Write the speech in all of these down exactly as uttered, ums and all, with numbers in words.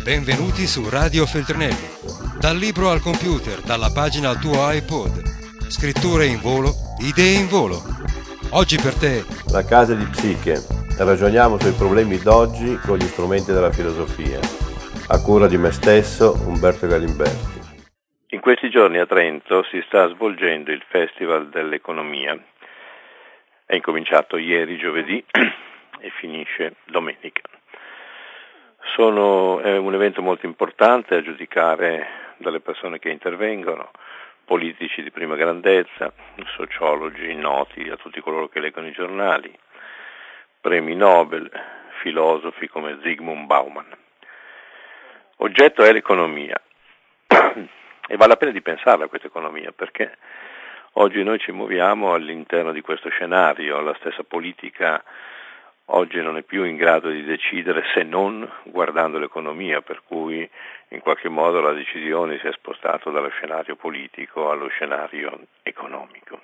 Benvenuti su Radio Feltrinelli. Dal libro al computer, dalla pagina al tuo iPod. Scritture in volo, idee in volo. Oggi per te La casa di Psiche. Ragioniamo sui problemi d'oggi con gli strumenti della filosofia. A cura di me stesso, Umberto Galimberti. In questi giorni a Trento si sta svolgendo il Festival dell'Economia. È incominciato ieri giovedì e finisce domenica. Sono, è un evento molto importante a giudicare dalle persone che intervengono, politici di prima grandezza, sociologi noti a tutti coloro che leggono i giornali, premi Nobel, filosofi come Zygmunt Bauman. Oggetto è l'economia e vale la pena di pensarla a questa economia, perché oggi noi ci muoviamo all'interno di questo scenario. La stessa politica oggi non è più in grado di decidere se non guardando l'economia, per cui in qualche modo la decisione si è spostata dallo scenario politico allo scenario economico.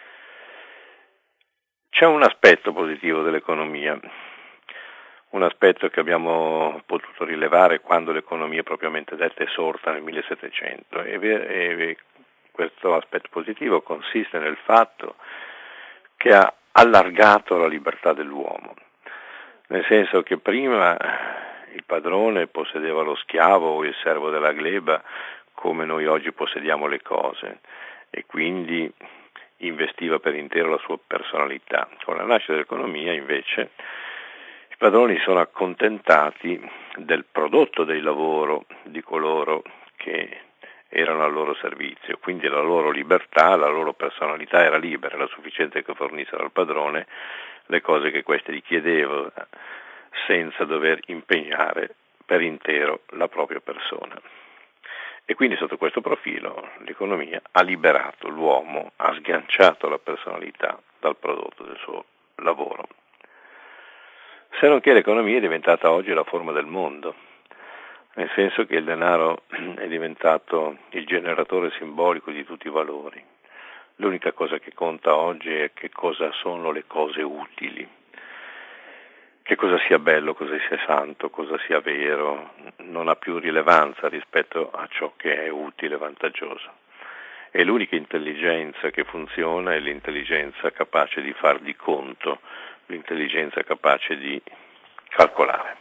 C'è un aspetto positivo dell'economia, un aspetto che abbiamo potuto rilevare quando l'economia propriamente detta è sorta nel millesettecento, e, e questo aspetto positivo consiste nel fatto che ha allargato la libertà dell'uomo. Nel senso che prima il padrone possedeva lo schiavo o il servo della gleba come noi oggi possediamo le cose, e quindi investiva per intero la sua personalità. Con la nascita dell'economia invece i padroni sono accontentati del prodotto del lavoro di coloro che erano al loro servizio, quindi la loro libertà, la loro personalità era libera, era sufficiente che fornissero al padrone le cose che questi gli chiedevano senza dover impegnare per intero la propria persona. E quindi sotto questo profilo l'economia ha liberato l'uomo, ha sganciato la personalità dal prodotto del suo lavoro. Se non che l'economia è diventata oggi la forma del mondo, nel senso che il denaro è diventato il generatore simbolico di tutti i valori. L'unica cosa che conta oggi è che cosa sono le cose utili, che cosa sia bello, cosa sia santo, cosa sia vero, non ha più rilevanza rispetto a ciò che è utile e vantaggioso. E l'unica intelligenza che funziona è l'intelligenza capace di far di conto, l'intelligenza capace di calcolare.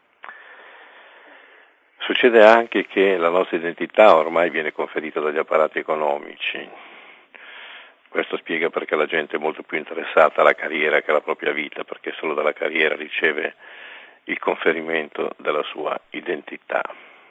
Succede anche che la nostra identità ormai viene conferita dagli apparati economici. Questo spiega perché la gente è molto più interessata alla carriera che alla propria vita, perché solo dalla carriera riceve il conferimento della sua identità.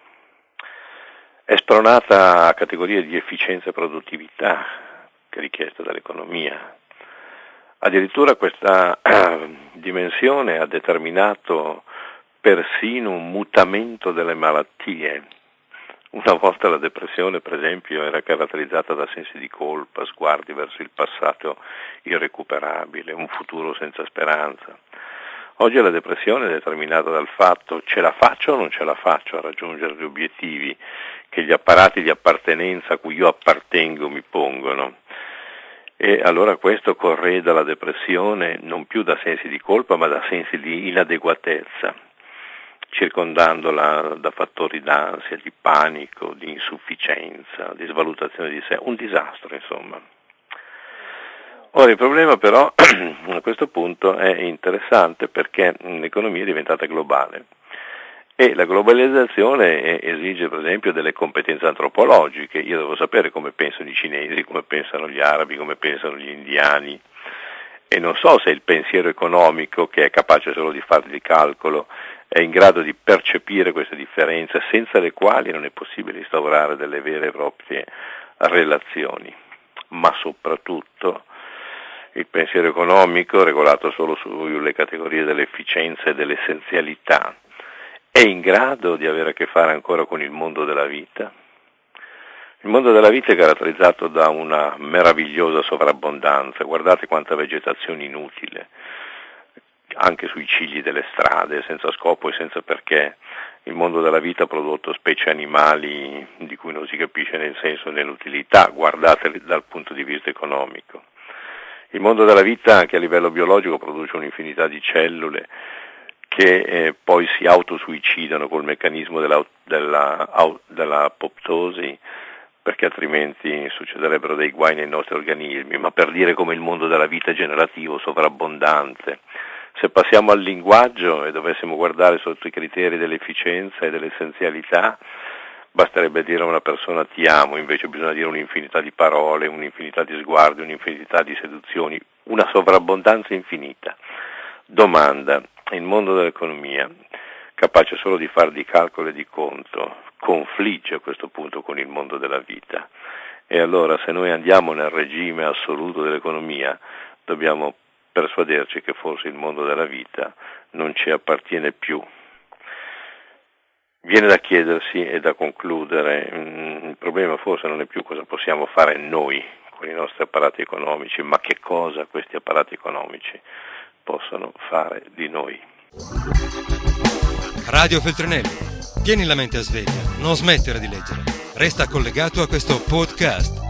È spronata a categorie di efficienza e produttività che è richiesta dall'economia. Addirittura questa dimensione ha determinato persino un mutamento delle malattie. Una volta la depressione, per esempio, era caratterizzata da sensi di colpa, sguardi verso il passato irrecuperabile, un futuro senza speranza. Oggi la depressione è determinata dal fatto: ce la faccio o non ce la faccio a raggiungere gli obiettivi che gli apparati di appartenenza a cui io appartengo mi pongono. E allora questo correda la depressione non più da sensi di colpa, ma da sensi di inadeguatezza, circondandola da fattori d'ansia, di panico, di insufficienza, di svalutazione di sé, un disastro insomma. Ora il problema però a questo punto è interessante perché l'economia è diventata globale e la globalizzazione esige per esempio delle competenze antropologiche. Io devo sapere come pensano i cinesi, come pensano gli arabi, come pensano gli indiani, e non so se il pensiero economico, che è capace solo di fare di calcolo, è in grado di percepire queste differenze, senza le quali non è possibile instaurare delle vere e proprie relazioni. Ma soprattutto il pensiero economico, regolato solo sulle categorie dell'efficienza e dell'essenzialità, è in grado di avere a che fare ancora con il mondo della vita? Il mondo della vita è caratterizzato da una meravigliosa sovrabbondanza. Guardate quanta vegetazione inutile, anche sui cigli delle strade, senza scopo e senza perché. Il mondo della vita ha prodotto specie animali di cui non si capisce né il senso né l'utilità, guardate dal punto di vista economico. Il mondo della vita, anche a livello biologico, produce un'infinità di cellule che eh, poi si autosuicidano col meccanismo della, della, dell'apoptosi, perché altrimenti succederebbero dei guai nei nostri organismi, ma per dire come il mondo della vita è generativo, sovrabbondanze. Se passiamo al linguaggio e dovessimo guardare sotto i criteri dell'efficienza e dell'essenzialità, basterebbe dire a una persona ti amo, invece bisogna dire un'infinità di parole, un'infinità di sguardi, un'infinità di seduzioni, una sovrabbondanza infinita. Domanda, il mondo dell'economia, capace solo di fare di calcolo e di conto, confligge a questo punto con il mondo della vita. E allora se noi andiamo nel regime assoluto dell'economia, dobbiamo persuaderci che forse il mondo della vita non ci appartiene più. Viene da chiedersi e da concludere, il problema forse non è più cosa possiamo fare noi con i nostri apparati economici, ma che cosa questi apparati economici possono fare di noi. Radio Feltrinelli, tieni la mente a sveglia, non smettere di leggere. Resta collegato a questo podcast.